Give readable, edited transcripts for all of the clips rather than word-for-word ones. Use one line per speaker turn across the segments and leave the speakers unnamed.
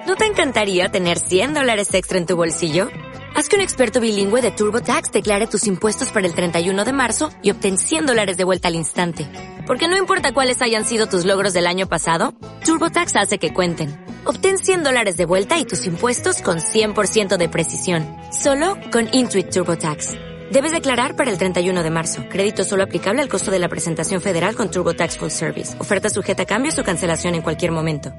¿No te encantaría tener $100 extra en tu bolsillo? Haz que un experto bilingüe de TurboTax declare tus impuestos para el 31 de marzo y obtén $100 de vuelta al instante. Porque no importa cuáles hayan sido tus logros del año pasado, TurboTax hace que cuenten. Obtén $100 de vuelta y tus impuestos con 100% de precisión. Solo con Intuit TurboTax. Debes declarar para el 31 de marzo. Crédito solo aplicable al costo de la presentación federal con TurboTax Full Service. Oferta sujeta a cambios o cancelación en cualquier momento.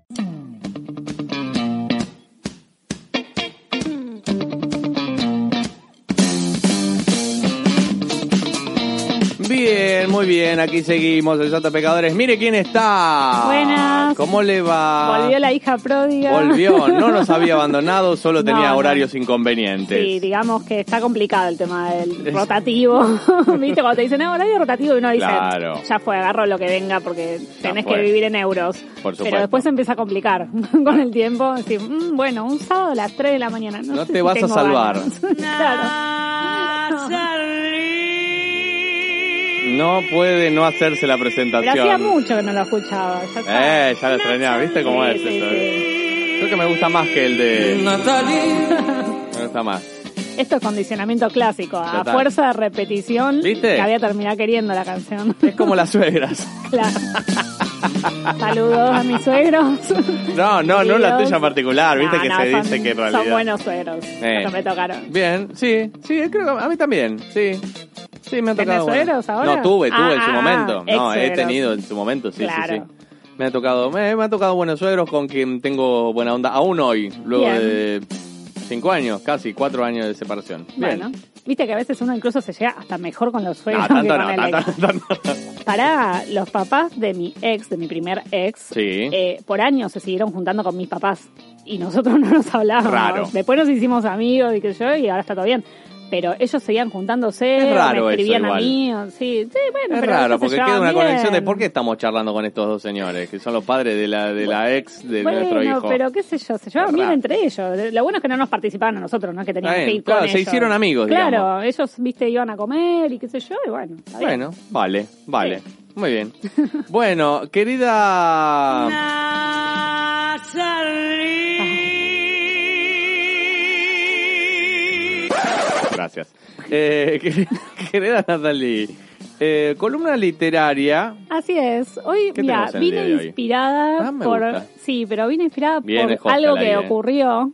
Bien, muy bien, aquí seguimos, el Santo Pecadores. Mire quién está.
Buenas.
¿Cómo le va?
Volvió la hija pródiga.
Volvió, no nos había abandonado, solo tenía horarios inconvenientes.
Sí, digamos que está complicado el tema del rotativo. ¿Viste? Cuando te dicen horario rotativo y uno dice,
claro,
ya fue, agarro lo que venga porque tenés que vivir en euros.
Por supuesto.
Pero después se empieza a complicar con el tiempo. Decir, bueno, un sábado a las 3 de la mañana. No sé
te
si
vas a salvar.
Claro.
No puede no hacerse la presentación.
Pero hacía mucho que no lo escuchaba.
Ya lo extrañaba, ¿viste cómo es
sí,
esto?
Sí.
Creo que me gusta más que el de Natalie. Me gusta más.
Esto es condicionamiento clásico. A
Total.
fuerza de repetición,
¿viste?
Que había terminado queriendo la canción.
Es como las suegras.
Claro. Saludos a mis suegros.
No la tuya en particular, viste que se
son,
dice que en realidad
son buenos suegros, que me tocaron.
Bien, sí, creo que a mí también, sí. Sí, me ha tocado.
¿Tenés suegros ahora?
No, tuve en su momento. No, he
ex-suegros.
tenido en su momento, sí,
claro.
sí. Me ha tocado buenos suegros con quien tengo buena onda, aún hoy, luego
Bien.
de 5 años, casi 4 años de separación. Bien.
Bueno, viste que a veces uno incluso se llega hasta mejor con los suegros
No,
que
tanto
con
no,
el ex.
tanto.
Pará, los papás de mi primer ex,
Sí.
por años se siguieron juntando con mis papás y nosotros no nos hablábamos.
Raro.
Después nos hicimos amigos y qué sé yo, y ahora está todo bien. Pero ellos seguían juntándose,
Es raro
me escribían
eso,
a
igual.
mí, sí, bueno.
Es
pero
raro,
ellos se
porque queda
llevaban
una
bien.
conexión de por qué estamos charlando con estos dos señores, que son los padres de la ex de nuestro hijo.
Pero qué sé yo, se llevaban bien entre ellos. Lo bueno es que no nos participaban a nosotros, no es que teníamos que ir con ellos.
Se hicieron amigos,
Claro,
digamos.
ellos, viste, iban a comer y qué sé yo, y bueno, está bien.
Bueno, vale.
Sí.
Muy bien. Bueno, querida... Gracias. Querida Natalie, columna literaria.
Así es. Hoy,
¿Qué
mira,
tenemos en el día
vine
de hoy?
inspirada
Me
por...
gusta.
Sí, pero vine inspirada
Bien,
por
es hostel
algo
ahí,
que ocurrió.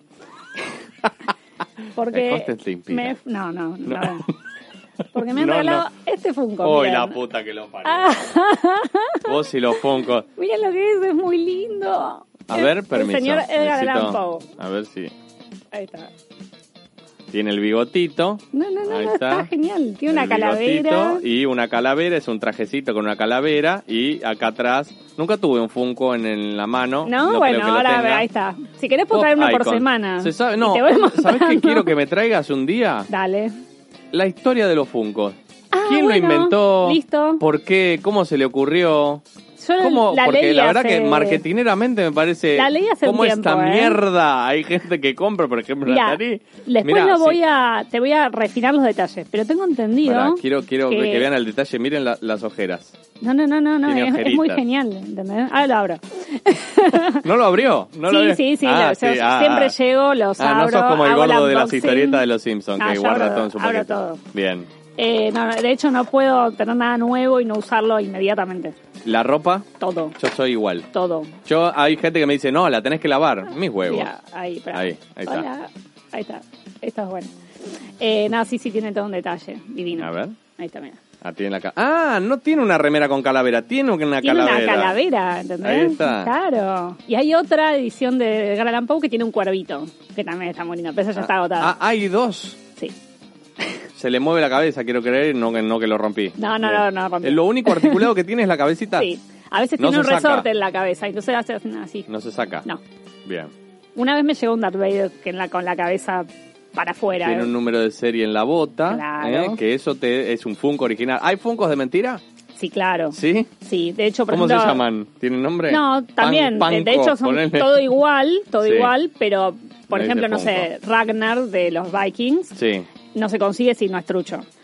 El
Porque
hostel te inspira.
No. Porque me han
No,
regalado
no.
este Funko.
Uy,
miren.
la puta que lo parió. Vos y los Funkos.
Miren lo que es muy lindo.
A ver, permiso.
El señor Edgar Allan
Necesito-
Poe.
A ver si...
Ahí está.
Tiene el bigotito.
No,
Ahí
está genial. Tiene una
El
calavera.
bigotito y una calavera, es un trajecito con una calavera y acá atrás, nunca tuve un Funko en la mano.
No,
creo
bueno,
que lo
ahora
tenga.
ahí está. Si querés puedo
Pop
traer uno por
Icon.
semana.
Se sabe, no,
Y te voy
¿sabés qué
mostrando.
quiero que me traigas un día?
Dale.
La historia de los Funkos.
Ah,
¿Quién
bueno,
lo inventó?
listo.
¿Por qué? ¿Cómo se le ocurrió?
Yo
¿Cómo?
la
Porque
leí
la verdad
hace-
que marketineramente me parece...
La leí hace un
¿Cómo
tiempo,
esta
¿eh?
mierda? Hay gente que compra, por ejemplo,
Mirá,
Natalie.
después
Mirá, sí.
te voy a refinar los detalles, pero tengo entendido...
Pará, quiero que
que
vean el detalle. Miren las ojeras.
No,
Tiene
es
ojeritas.
muy genial, ¿entendés? Ahora lo abro.
¿No lo abrió? ¿No lo abrió?
Sí,
Ah,
yo
sí,
siempre llego, los abro,
no sos como el
hago
gordo de las
unboxing.
historietas de los Simpsons, que
Yo
guarda
abro-
todo en su
abro
paquete.
todo.
Bien.
No, de hecho no puedo tener nada nuevo y no usarlo inmediatamente.
¿La ropa?
Todo,
Yo soy igual.
todo.
Hay gente que me dice, no, la tenés que lavar. Mis huevos.
Mira, ahí, espera.
Ahí está.
Hola. Ahí está. Esta es buena. Sí, tiene todo un detalle divino.
A ver.
Ahí está, mira.
No tiene una remera con calavera, tiene una
Tiene
calavera.
una calavera, ¿entendés?
Ahí está.
Claro. Y hay otra edición de Edgar Allan Poe que tiene un cuervito, que también está muy linda, pero esa ya está agotada.
Hay dos.
Sí.
Se le mueve la cabeza, quiero creer, no que lo rompí.
No,
Bien.
rompí.
Lo único articulado que tiene es la cabecita.
Sí. A veces
No
tiene un
se saca.
resorte en la cabeza, entonces hace así.
No se saca.
No.
Bien.
Una vez me llegó un Darth Vader con la cabeza para afuera.
Tiene un número de serie en la bota,
Claro.
que eso es un Funko original. ¿Hay Funkos de mentira?
Sí, claro.
¿Sí?
Sí, de hecho, por
¿Cómo se
ejemplo...
llaman? ¿Tienen nombre?
No, también.
Panko,
de hecho, son
ponele.
todo igual,
Sí.
pero, por
Le
ejemplo,
dice
no sé, Ragnar de los Vikings
Sí.
no se consigue si no es trucho.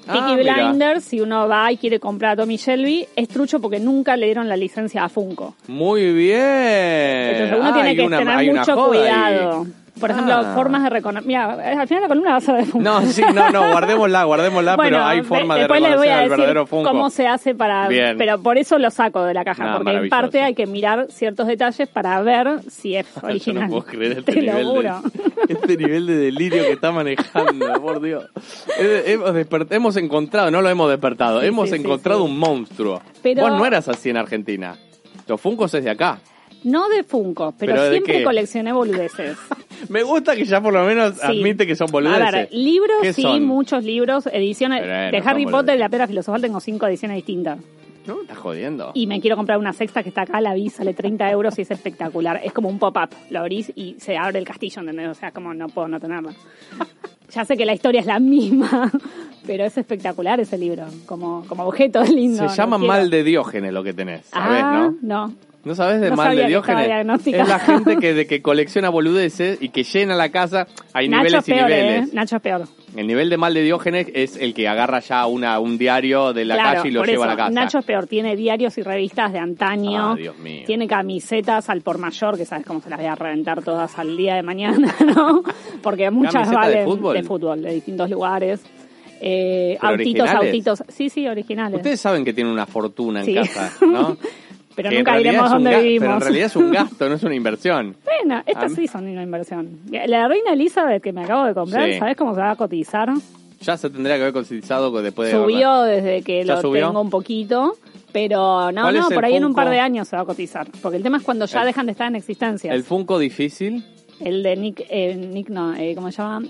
Peaky
mira.
Blinders, si uno va y quiere comprar a Tommy Shelby, es trucho porque nunca le dieron la licencia a Funko.
Muy bien.
Entonces uno tiene que tener mucho cuidado.
Ahí.
Por ejemplo, formas de reconocer. Mira, al final la columna va a ser de Funko.
No, sí, no, guardémosla,
bueno,
pero hay forma de
después les voy
reconocer
a
al
decir
verdadero Funko.
cómo se hace para...
Bien.
Pero por eso lo saco de la caja,
No,
porque en
maravilloso.
parte hay que mirar ciertos detalles para ver si es original.
Yo no puedo creer
Te lo juro.
este nivel de delirio que está manejando, por Dios. Hemos encontrado, no lo hemos despertado,
Sí,
hemos
sí,
encontrado
sí.
un monstruo.
Pero-
Vos no eras así en Argentina. Los Funkos es de acá.
No de Funko, pero
¿Pero de
siempre
qué?
coleccioné boludeces.
Me gusta que ya por lo menos
Sí.
admite que son boludeces.
A ver, libros,
¿Qué
sí,
son?
muchos libros, ediciones
Pero,
de
no son
Harry Potter
boludeces.
y la Piedra Filosofal, tengo 5 ediciones distintas.
No, me estás jodiendo.
Y me quiero comprar una sexta que está acá, la vi, sale 30 euros y es espectacular. Es como un pop-up, lo abrís y se abre el castillo, ¿entendés? O sea, como no puedo no tenerla. Ya sé que la historia es la misma, pero es espectacular ese libro, como objeto lindo.
Se llama
lo quiero.
Mal de Diógenes lo que tenés, ¿sabés,
Ah,
no? ¿No sabés de
No
Mal
sabía
de
que estaba
Diógenes?
diagnosticada.
Es la gente que colecciona boludeces y que llena la casa. Hay
Nacho
niveles
es peor,
y niveles.
Nacho es peor.
El nivel de Mal de Diógenes es el que agarra ya un diario de la
Claro,
calle y lo
por
lleva
eso,
a la casa.
Nacho es peor, tiene diarios y revistas de antaño.
Ah, Dios mío.
Tiene camisetas al por mayor, que sabes cómo se las voy a reventar todas al día de mañana, ¿no? Porque muchas
¿Camiseta de
valen
fútbol?
de distintos lugares.
¿Pero
Autitos. Sí, originales.
Ustedes saben que tienen una fortuna en
Sí.
casa, ¿no?
Pero
Que en
nunca
realidad
diremos
es un
dónde vivimos.
Pero en realidad es un gasto, no es una inversión.
Bueno, estas sí son una inversión. La reina Elizabeth que me acabo de comprar,
Sí.
¿sabes cómo se va a cotizar?
Ya se tendría que haber cotizado después de...
Subió desde que
¿Ya
lo
subió?
tengo un poquito, pero
¿Cuál es el
por ahí en un
Funko?
par de años se va a cotizar. Porque el tema es cuando ya
El-
dejan de estar en existencia.
El Funko difícil.
El de ¿cómo se llama?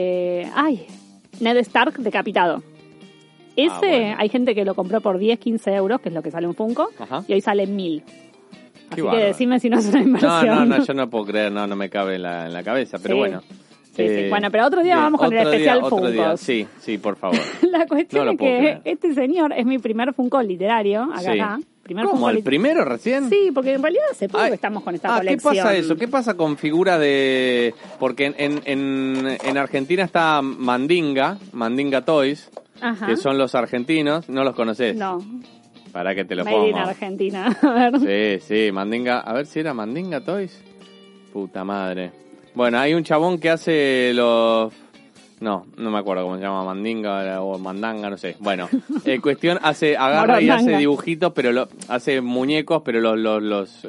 Ned Stark decapitado. Ese,
bueno.
hay gente que lo compró por 10, 15 euros, que es lo que sale un Funko,
Ajá.
y hoy sale 1000. Así que
bárbaro.
decime si no es una inversión.
No, yo no puedo creer, no me cabe en la cabeza, pero
Sí.
bueno.
Sí. Bueno, pero otro día
bien,
vamos con el
otro día,
especial
otro día.
Funkos.
Sí, por favor.
La cuestión
No lo
es
puedo
que
creer.
este señor es mi primer Funko literario, acá.
Sí.
Primer
¿Cómo?
Funko
¿El primero recién?
Sí, porque en realidad hace poco
Ay,
que estamos con esta
¿qué
colección.
pasa eso? ¿Qué pasa con figuras de...? Porque en Argentina está Mandinga Toys,
Ajá.
que son los argentinos, ¿no los conocés?
No,
Para que te lo
made in
pongo.
Argentina. A ver.
Sí, Mandinga, a ver si era Mandinga Toys. Puta madre. Bueno, hay un chabón que hace los... No me acuerdo cómo se llama, Mandinga o Mandanga, no sé. Bueno, cuestión, agarra y hace
Morondanga.
dibujitos, pero hace muñecos, pero los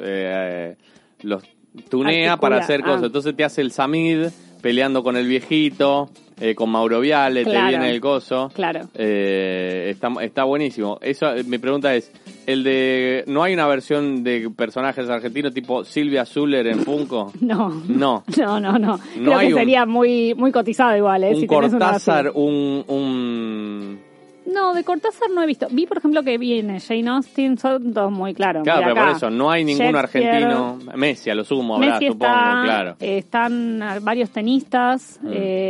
tunea
Articula,
para hacer cosas.
ah.
Entonces te hace el Samid peleando con el viejito, con Mauro Viale, te
Claro.
viene el coso.
Claro.
Está buenísimo. Eso, mi pregunta es, ¿no hay una versión de personajes argentinos tipo Silvia Zuller en Funko?
No.
No.
No. Creo
hay
que
un-
sería muy cotizado igual,
Un
si tenés una así.
Cortázar, un...
No, de Cortázar no he visto. Vi, por ejemplo, que viene Jane Austen, son todos muy claros.
Claro,
Mira
pero por
acá,
eso, no hay ningún
Shakespeare,
argentino. Messi, a lo sumo, habrá,
Messi
supongo,
está,
claro.
están varios tenistas.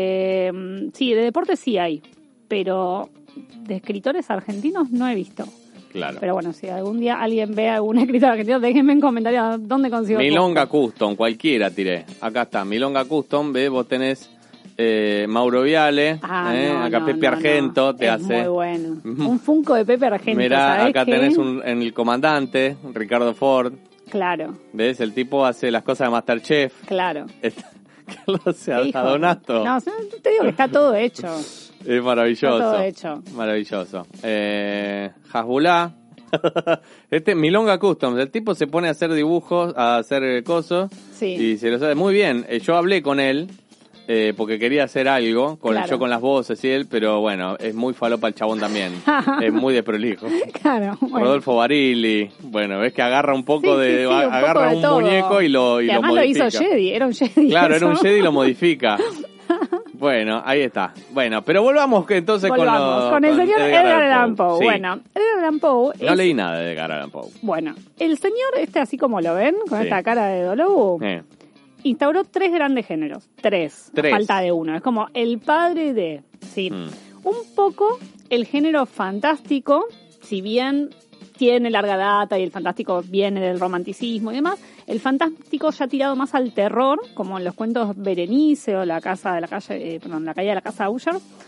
Sí, de deporte sí hay, pero de escritores argentinos no he visto.
Claro.
Pero bueno, si algún día alguien ve a algún escritor argentino, déjenme en comentarios dónde consigo.
Milonga
Funko.
Custom, cualquiera tiré. Acá está, Milonga Custom, vos tenés Mauro Viale,
No,
acá
no,
Pepe
no,
Argento
no.
te
Es
hace.
muy bueno. Un Funko de Pepe Argento.
Mirá,
¿sabés
acá
qué?
tenés en el comandante, Ricardo Ford.
Claro,
¿Ves? El tipo hace las cosas de Masterchef.
claro.
Carlos
Hijo.
Donato.
No, te digo que está todo hecho.
Es maravilloso.
Está todo hecho.
Maravilloso. Hasbulá. Milonga Customs. El tipo se pone a hacer dibujos, a hacer cosas.
Sí.
Y se lo sabe muy bien. Yo hablé con él. Porque quería hacer algo,
Claro.
yo con las voces y él, pero bueno, es muy falopa el chabón también. Es muy desprolijo.
Claro. Bueno.
Rodolfo Barili, bueno, ves que agarra un poco
Sí,
de...
sí, sí, un
agarra
poco de
un
todo.
muñeco y lo
Que además
modifica.
lo hizo Jedi, era un Jedi.
Claro, era un
eso.
Jedi y lo modifica. Bueno, ahí está. Bueno, pero volvamos que entonces
Volvamos, con el señor Edgar Allan Poe.
Sí.
Bueno, Edgar Allan Poe
No
es...
leí nada de Edgar Allan Poe.
Bueno, el señor así como lo ven, con
Sí.
esta cara de Dolobu, instauró 3 grandes géneros. Tres.
Tres.
Falta de uno. Es como el padre de... Sí. Un poco el género fantástico, si bien tiene larga data y el fantástico viene del romanticismo y demás, el fantástico ya ha tirado más al terror, como en los cuentos Berenice o la calle de la casa Usher.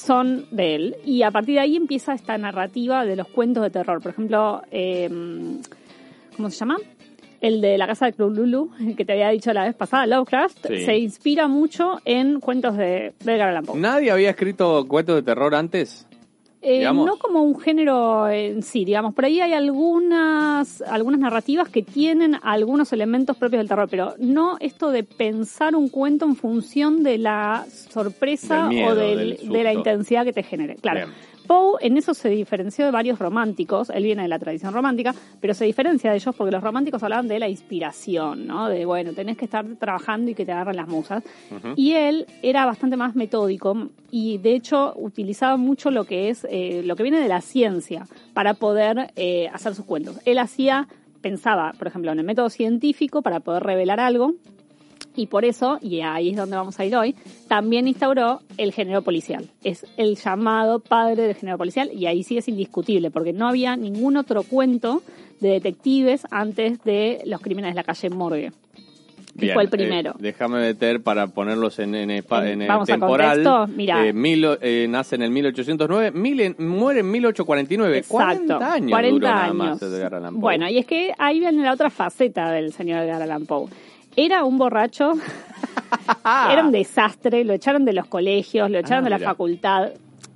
son de él. Y a partir de ahí empieza esta narrativa de los cuentos de terror. Por ejemplo, ¿cómo se llama? El de la casa de Cthulhu, que te había dicho la vez pasada, Lovecraft, se inspira mucho en cuentos de Edgar Allan Poe.
¿Nadie había escrito cuentos de terror antes?
No como un género en sí, digamos. Por ahí hay algunas narrativas que tienen algunos elementos propios del terror, pero no esto de pensar un cuento en función de la sorpresa
miedo,
o de la intensidad que te genere. Claro.
Bien.
Poe en eso se diferenció de varios románticos, él viene de la tradición romántica, pero se diferencia de ellos porque los románticos hablaban de la inspiración, ¿no? De, bueno, tenés que estar trabajando y que te agarren las musas. Uh-huh. Y él era bastante más metódico y, de hecho, utilizaba mucho lo que es lo que viene de la ciencia para poder hacer sus cuentos. Él pensaba, por ejemplo, en el método científico para poder revelar algo. Y por eso, y ahí es donde vamos a ir hoy, también instauró el género policial. Es el llamado padre del género policial y ahí sí es indiscutible porque no había ningún otro cuento de detectives antes de Los crímenes de la calle Morgue. Que
Bien,
fue el primero.
Déjame meter para ponerlos en el
vamos
temporal.
A contexto, mira.
Nace en el 1809, muere en 1849.
Exacto,
40 años
40
duró nada
años.
más Edgar Allan Poe.
Bueno, y es que ahí viene la otra faceta del señor Edgar Allan Poe. Era un borracho, era un desastre, lo echaron de los colegios, lo echaron de la facultad.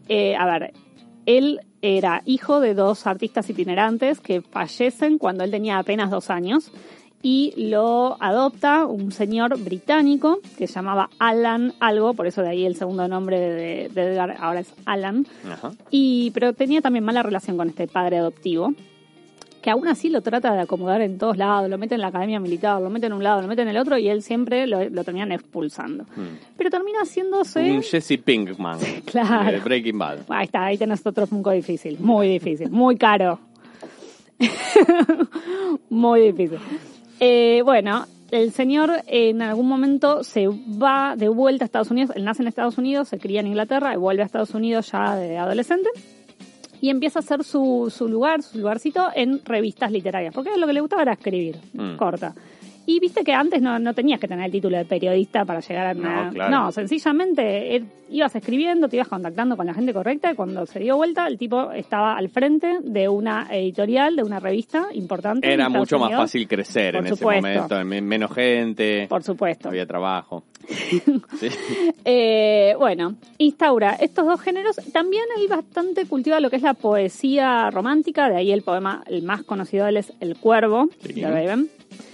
Él era hijo de 2 artistas itinerantes que fallecen cuando él tenía apenas 2 años y lo adopta un señor británico que se llamaba Alan algo, por eso de ahí el segundo nombre de Edgar ahora es Alan.
Ajá.
Pero tenía también mala relación con este padre adoptivo, que aún así lo trata de acomodar en todos lados, lo mete en la academia militar, lo mete en un lado, lo mete en el otro y él siempre lo terminan expulsando. Pero termina haciéndose...
Un Jesse Pinkman,
claro.
De Breaking Bad.
Ahí está, ahí tenés otro punto difícil, muy caro. Muy difícil. Bueno, el señor en algún momento se va de vuelta a Estados Unidos, él nace en Estados Unidos, se cría en Inglaterra y vuelve a Estados Unidos ya de adolescente. Y empieza a hacer su lugarcito en revistas literarias, porque lo que le gustaba era escribir, corta. Y viste que antes no tenías que tener el título de periodista para llegar a una...
Claro.
No, sencillamente ibas escribiendo, te ibas contactando con la gente correcta y cuando se dio vuelta el tipo estaba al frente de una editorial, de una revista importante.
Era mucho más fácil crecer en ese momento, menos gente.
Por supuesto.
Había trabajo. Sí.
Bueno, instaura estos 2 géneros. También él bastante cultiva lo que es la poesía romántica, de ahí el poema, el más conocido de él es El Cuervo, de Raven.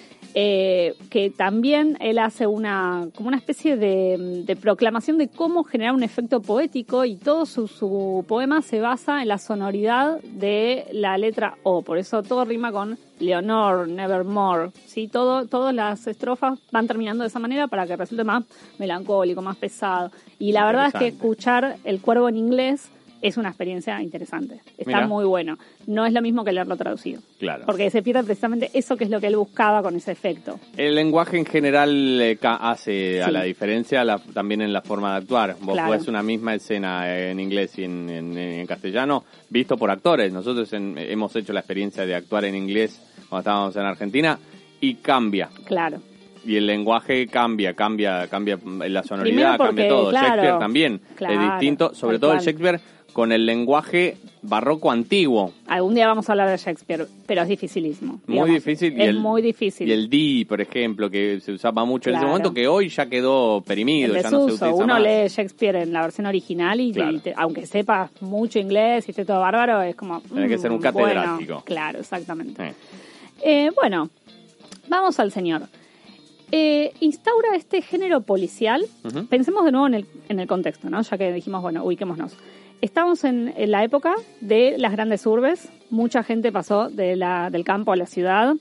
Que también él hace como una especie de proclamación de cómo generar un efecto poético y todo su poema se basa en la sonoridad de la letra O, por eso todo rima con Leonor, Nevermore, ¿sí? Todas las estrofas van terminando de esa manera para que resulte más melancólico, más pesado. Y la verdad es que escuchar El Cuervo en inglés es una experiencia interesante. Está muy bueno. No es lo mismo que leerlo traducido.
Claro.
Porque se pierde precisamente eso que es lo que él buscaba con ese efecto.
El lenguaje en general hace a la diferencia también en la forma de actuar. Vos ves una misma escena en inglés y en castellano visto por actores. Nosotros hemos hecho la experiencia de actuar en inglés cuando estábamos en Argentina y cambia.
Claro.
Y el lenguaje cambia la sonoridad, cambia todo.
Claro,
Shakespeare también es distinto, sobre todo el Shakespeare con el lenguaje barroco antiguo.
Algún día vamos a hablar de Shakespeare, pero es dificilísimo.
Muy difícil.
Muy difícil.
Y el di, por ejemplo, que se usaba mucho en ese momento, que hoy ya quedó perimido, ya no se utiliza
Uno
más.
lee Shakespeare en la versión original y aunque sepas mucho inglés y esté todo bárbaro, es como...
Tiene que ser un catedrático.
Bueno, claro, exactamente. Bueno, vamos al señor. Instaura este género policial. Uh-huh. Pensemos de nuevo en el contexto, ¿no? Ya que dijimos, bueno, ubiquémonos. Estamos en la época de las grandes urbes. Mucha gente pasó del campo a la ciudad.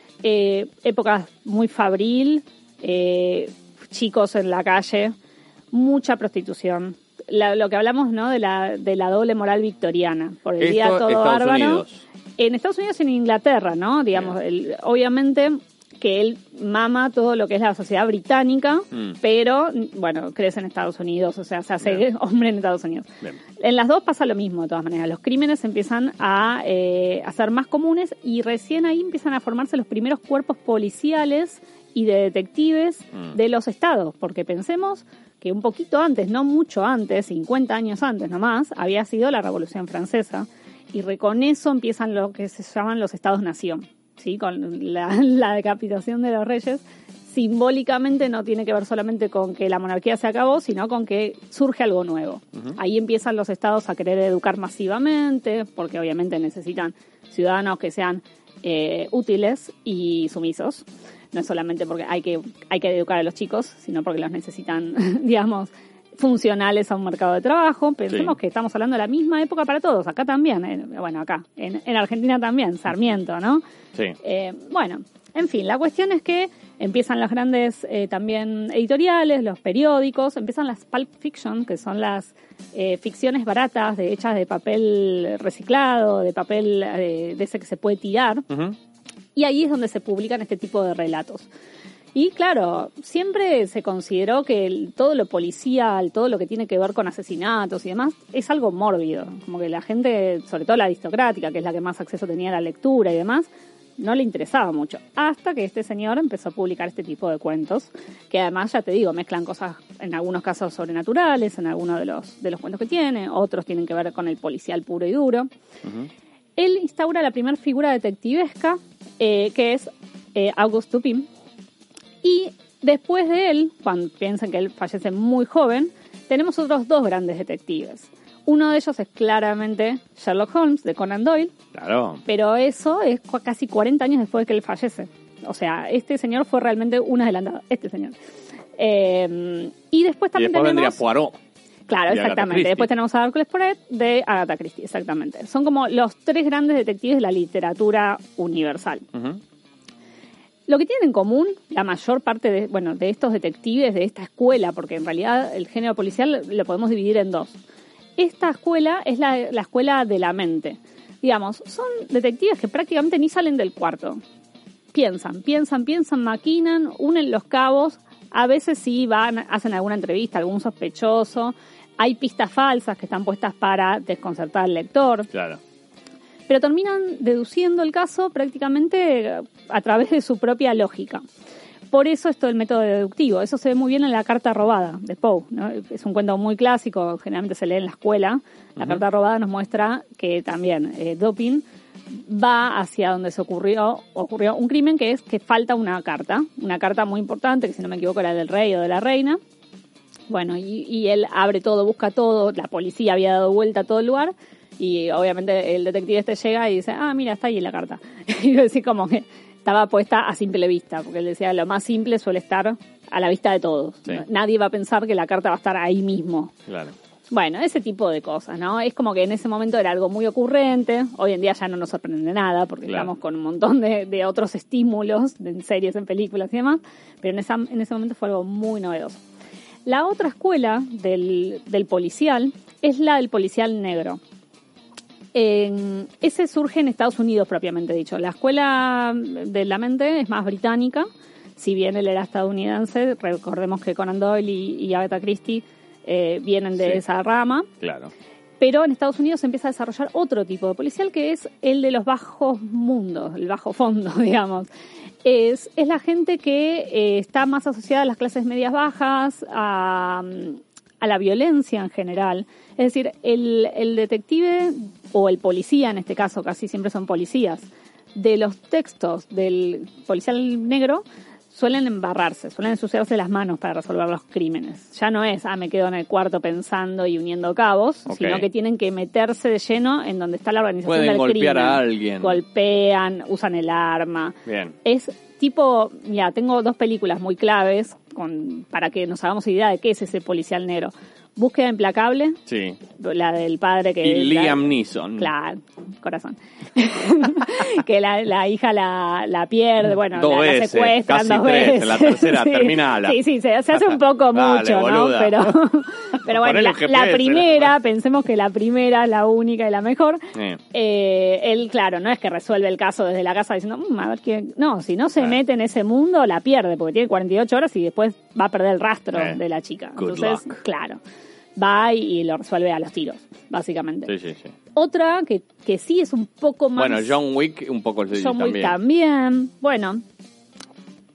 Época muy fabril. Chicos en la calle. Mucha prostitución. Lo que hablamos, ¿no? de la doble moral victoriana. Por el día todo
Estados
bárbaro.
Unidos.
En Estados Unidos y en Inglaterra, ¿no? Digamos, obviamente... que él mama todo lo que es la sociedad británica, pero, bueno, crece en Estados Unidos, o sea, se hace hombre en Estados Unidos. Bien. En las dos pasa lo mismo, de todas maneras. Los crímenes empiezan a ser más comunes y recién ahí empiezan a formarse los primeros cuerpos policiales y de detectives de los estados, porque pensemos que un poquito antes, no mucho antes, 50 años antes nomás, había sido la Revolución Francesa. Y con eso empiezan lo que se llaman los Estados-Nación, ¿sí? Con la decapitación de los reyes. Simbólicamente no tiene que ver solamente con que la monarquía se acabó, sino con que surge algo nuevo. Uh-huh. Ahí empiezan los estados a querer educar masivamente, porque obviamente necesitan ciudadanos que sean útiles y sumisos. No es solamente porque hay que educar a los chicos, sino porque los necesitan, digamos, funcionales a un mercado de trabajo. Pensemos que estamos hablando de la misma época para todos. Acá también, bueno, acá, en Argentina también, Sarmiento, ¿no?
Sí.
Bueno, en fin, la cuestión es que empiezan las grandes también editoriales, los periódicos, empiezan las pulp fiction, que son las ficciones baratas hechas de papel reciclado, de papel de ese que se puede tirar. Uh-huh. Y ahí es donde se publican este tipo de relatos. Y claro, siempre se consideró que todo lo policial, todo lo que tiene que ver con asesinatos y demás, es algo mórbido. Como que la gente, sobre todo la aristocrática, que es la que más acceso tenía a la lectura y demás, no le interesaba mucho. Hasta que este señor empezó a publicar este tipo de cuentos, que además, ya te digo, mezclan cosas, en algunos casos sobrenaturales, en algunos de los cuentos que tiene, otros tienen que ver con el policial puro y duro. Uh-huh. Él instaura la primera figura detectivesca, que es Auguste Dupin. Y después de él, cuando piensan que él fallece muy joven, tenemos otros dos grandes detectives. Uno de ellos es claramente Sherlock Holmes, de Conan Doyle.
Claro.
Pero eso es casi 40 años después de que él fallece. O sea, este señor fue realmente un adelantado. Este señor. Y después también
vendría Poirot.
Claro, exactamente. Después tenemos a Hercule Poirot de Agatha Christie, exactamente. Son como los tres grandes detectives de la literatura universal. Uh-huh. Lo que tienen en común la mayor parte de estos detectives de esta escuela, porque en realidad el género policial lo podemos dividir en dos. Esta escuela es la escuela de la mente. Digamos, son detectives que prácticamente ni salen del cuarto. Piensan, maquinan, unen los cabos. A veces sí hacen alguna entrevista, algún sospechoso. Hay pistas falsas que están puestas para desconcertar al lector.
Claro.
Pero terminan deduciendo el caso prácticamente a través de su propia lógica. Por eso esto del método deductivo. Eso se ve muy bien en La carta robada de Poe, ¿no? Es un cuento muy clásico, generalmente se lee en la escuela. La uh-huh. carta robada nos muestra que también Dupin va hacia donde se ocurrió un crimen, que es que falta una carta muy importante, que si no me equivoco era del rey o de la reina. Bueno, y él abre todo, busca todo, la policía había dado vuelta a todo el lugar. Y obviamente el detective llega y dice, mira, está ahí la carta. Y yo decía como que estaba puesta a simple vista, porque él decía, lo más simple suele estar a la vista de todos. Sí. Nadie va a pensar que la carta va a estar ahí mismo.
Claro.
Bueno, ese tipo de cosas, ¿no? Es como que en ese momento era algo muy ocurrente. Hoy en día ya no nos sorprende nada, porque claro. Estamos con un montón de otros estímulos, en series, en películas y demás. Pero en ese momento fue algo muy novedoso. La otra escuela del policial es la del policial negro. Ese surge en Estados Unidos propiamente dicho. La escuela de la mente es más británica, si bien él era estadounidense. Recordemos que Conan Doyle y Agatha Christie vienen de esa rama.
Claro.
Pero en Estados Unidos se empieza a desarrollar otro tipo de policial, que es el de los bajos mundos, el bajo fondo, digamos. Es la gente que está más asociada a las clases medias bajas, a la violencia en general. Es decir, el detective o el policía, en este caso, casi siempre son policías, de los textos del policial negro suelen embarrarse, suelen ensuciarse las manos para resolver los crímenes. Ya no es, me quedo en el cuarto pensando y uniendo cabos, sino que tienen que meterse de lleno en donde está la organización del crimen.
Pueden golpear a alguien.
Golpean, usan el arma.
Bien.
Es tipo, mira, tengo dos películas muy claves para que nos hagamos idea de qué es ese policial negro. Búsqueda implacable.
Sí.
La del padre que...
Y Liam Neeson.
Claro, corazón. Que la hija la pierde, bueno, la secuestran dos veces.
La tercera,
sí.
terminala.
Sí, se hace un poco mucho,
boluda.
¿no? Pero bueno, la primera, pensemos que la primera es la única y la mejor. Él, claro, no es que resuelve el caso desde la casa diciendo, a ver qué... No, si no se mete en ese mundo, la pierde, porque tiene 48 horas y después va a perder el rastro de la chica. Entonces, claro, va y lo resuelve a los tiros, básicamente.
Sí.
Otra que sí es un poco más...
Bueno, John Wick un poco
John Wick también. Bueno,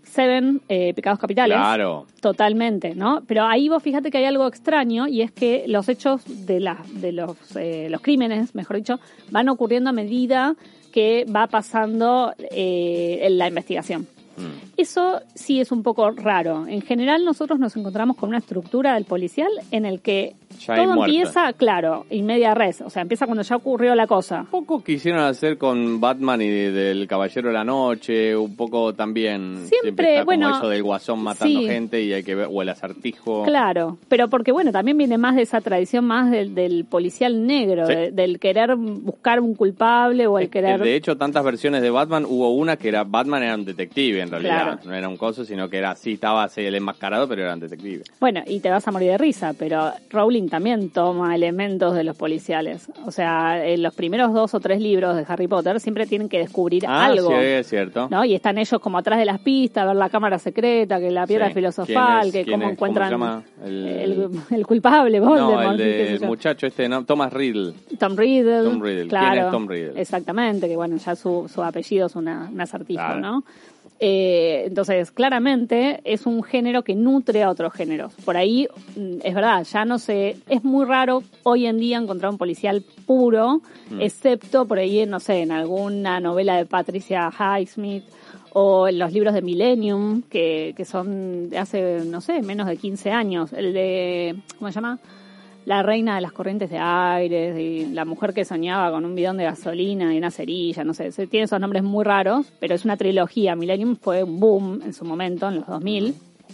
Seven pecados capitales.
Claro.
Totalmente, ¿no? Pero ahí vos fíjate que hay algo extraño y es que los hechos de los crímenes, mejor dicho, van ocurriendo a medida que va pasando la investigación. Eso sí es un poco raro. En general nosotros nos encontramos con una estructura del policial en el que
Ya hay
todo
muerto.
empieza, claro, in media res. O sea, empieza cuando ya ocurrió la cosa.
Un poco quisieron hacer con Batman y del Caballero de la Noche, un poco también.
Siempre,
está
bueno,
como eso del guasón matando
sí.
gente y hay que ver, o el acertijo.
Claro, pero porque bueno, también viene más de esa tradición más del policial negro,
Sí.
del querer buscar un culpable o el querer...
De hecho, tantas versiones de Batman, hubo una que era Batman era un detective en realidad,
Claro.
no era un coso, sino que era así, estaba así el enmascarado, pero era un detective.
Bueno, y te vas a morir de risa, pero Rowling también toma elementos de los policiales. O sea, en los primeros 2 o 3 libros de Harry Potter siempre tienen que descubrir algo.
Sí, es cierto.
¿No? Y están ellos como atrás de las pistas, ver la cámara secreta, que la piedra
Sí.
filosofal, que
¿Quién
cómo
es?
encuentran
¿Cómo se llama?
el culpable, Voldemort.
No, el
qué sé
del
yo.
muchacho ¿no? Thomas Riddle.
Tom Riddle.
Tom Riddle.
Claro,
¿Quién es Tom Riddle?
Exactamente, que bueno, ya su apellido es un acertijo,
Claro.
¿no? Entonces, claramente es un género que nutre a otros géneros. Por ahí, es verdad, ya no sé, es muy raro hoy en día encontrar un policial puro, excepto por ahí, no sé, en alguna novela de Patricia Highsmith o en los libros de Millennium, que son de hace, no sé, menos de 15 años. El de, ¿cómo se llama? La reina de las corrientes de aire, y la mujer que soñaba con un bidón de gasolina y una cerilla, no sé, tiene esos nombres muy raros, pero es una trilogía. Millennium fue un boom en su momento, en los 2000.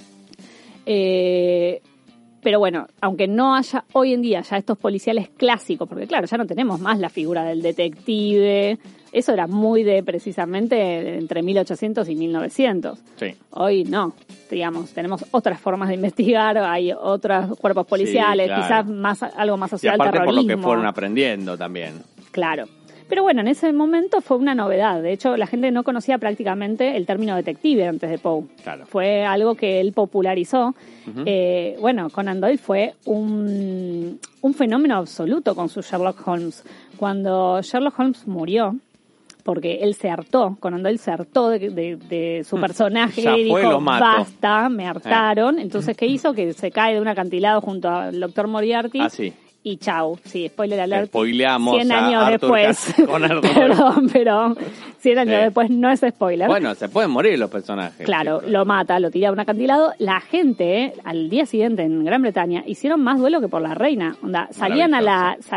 Pero bueno, aunque no haya hoy en día ya estos policiales clásicos, porque claro, ya no tenemos más la figura del detective, eso era muy de precisamente entre 1800 y 1900.
Sí.
Hoy no, digamos, tenemos otras formas de investigar, hay otros cuerpos policiales,
Sí, claro.
quizás más algo más
Y
asociado al
aparte por
terrorismo.
lo que fueron aprendiendo también.
Claro. Pero bueno, en ese momento fue una novedad. De hecho, la gente no conocía prácticamente el término detective antes de Poe.
Claro.
Fue algo que él popularizó. Bueno, Conan Doyle fue un fenómeno absoluto con su Sherlock Holmes. Cuando Sherlock Holmes murió, porque él se hartó, Conan Doyle se hartó de su personaje
Ya
y
fue,
dijo,
lo mato.
basta, me hartaron. Entonces, ¿qué hizo? Que se cae de un acantilado junto al doctor Moriarty.
Ah, sí.
Y chau, sí, spoiler alert.
Spoileamos
100
a
años
Arthur
después.
Conan Doyle.
Perdón, pero 100 años
Sí.
después no es spoiler.
Bueno, se pueden morir los personajes.
Claro,
chicos.
lo mata, lo tira a un acantilado. La gente, al día siguiente en Gran Bretaña, hicieron más duelo que por la reina. Onda, salían a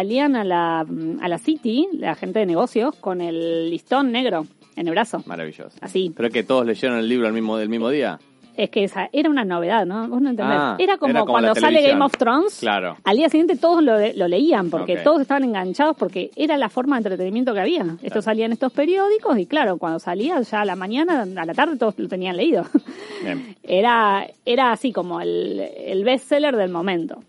la City, la gente de negocios, con el listón negro en el brazo.
Maravilloso.
Así.
¿Pero que todos leyeron el libro el mismo día?
Es que esa era una novedad, ¿no? Vos no entendés.
Ah,
era como
era como
cuando
la
sale
televisión.
Game of Thrones.
Claro.
Al día siguiente todos lo leían porque
Ok.
todos estaban enganchados porque era la forma de entretenimiento que había. Esto salía en estos periódicos y claro, cuando salía ya a la mañana, a la tarde todos lo tenían leído.
Bien.
Era así como el bestseller del momento.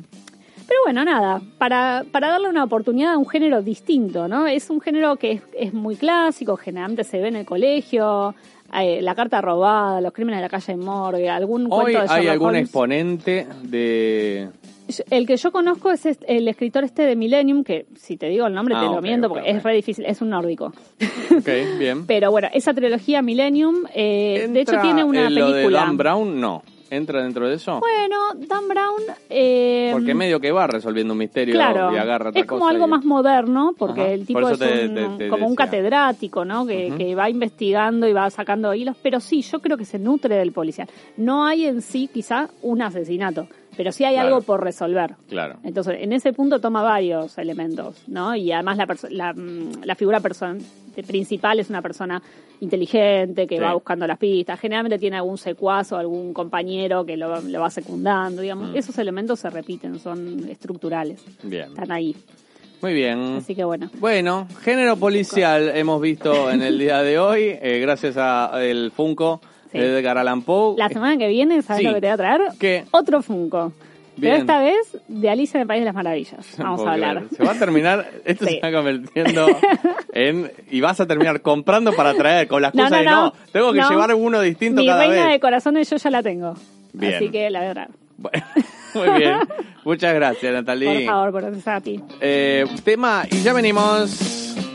Pero bueno, nada, para darle una oportunidad a un género distinto, ¿no? Es un género que es muy clásico, generalmente se ve en el colegio, La carta robada, Los crímenes de la calle Morgue, algún
Hoy
cuento de
hay
Sherlock
algún
Holmes.
exponente de...
El que yo conozco es el escritor de Millennium, que si te digo el nombre te lo
Ok,
miento
ok,
porque
ok.
es re difícil, es un nórdico.
Ok, bien.
Pero bueno, esa trilogía Millennium, de hecho
¿Entra
tiene una
en lo de
película.
Dan Brown? No. ¿Entra dentro de eso?
Bueno, Dan Brown...
Porque medio que va resolviendo un misterio
Claro,
y agarra otra
es como
cosa
algo
y-
más moderno, porque
Ajá,
el tipo
por
es
eso te
como un
decía.
catedrático, ¿no? Que va investigando y va sacando hilos, pero sí, yo creo que se nutre del policial. No hay en sí quizá un asesinato, pero sí hay
Claro.
algo por resolver.
Claro.
Entonces, en ese punto toma varios elementos, ¿no? Y además la figura principal es una persona inteligente que
Sí.
va buscando las pistas. Generalmente tiene algún secuaz o algún compañero que lo va secundando, digamos. Esos elementos se repiten, son estructurales.
Bien.
Están ahí.
Muy bien.
Así que bueno.
Bueno, género policial hemos visto en el día de hoy, gracias a el Funko
Sí.
de Edgar Allan Poe.
La semana que viene, ¿sabes
Sí.
lo que te voy a traer?
¿Qué?
Otro Funko.
Bien.
Pero esta vez de Alicia en el País de las Maravillas. Vamos
Puedo
a hablar.
creer. Se va a terminar, esto
Sí.
se va convirtiendo en... Y vas a terminar comprando para traer con la
No,
excusa de
no.
tengo que
No.
llevar uno distinto
Mi
cada
reina
vez.
de corazones yo ya la tengo.
Bien.
Así que la voy a traer.
Bueno, muy bien. Muchas gracias, Natalie.
Por favor, por eso a ti.
Tema, y ya venimos.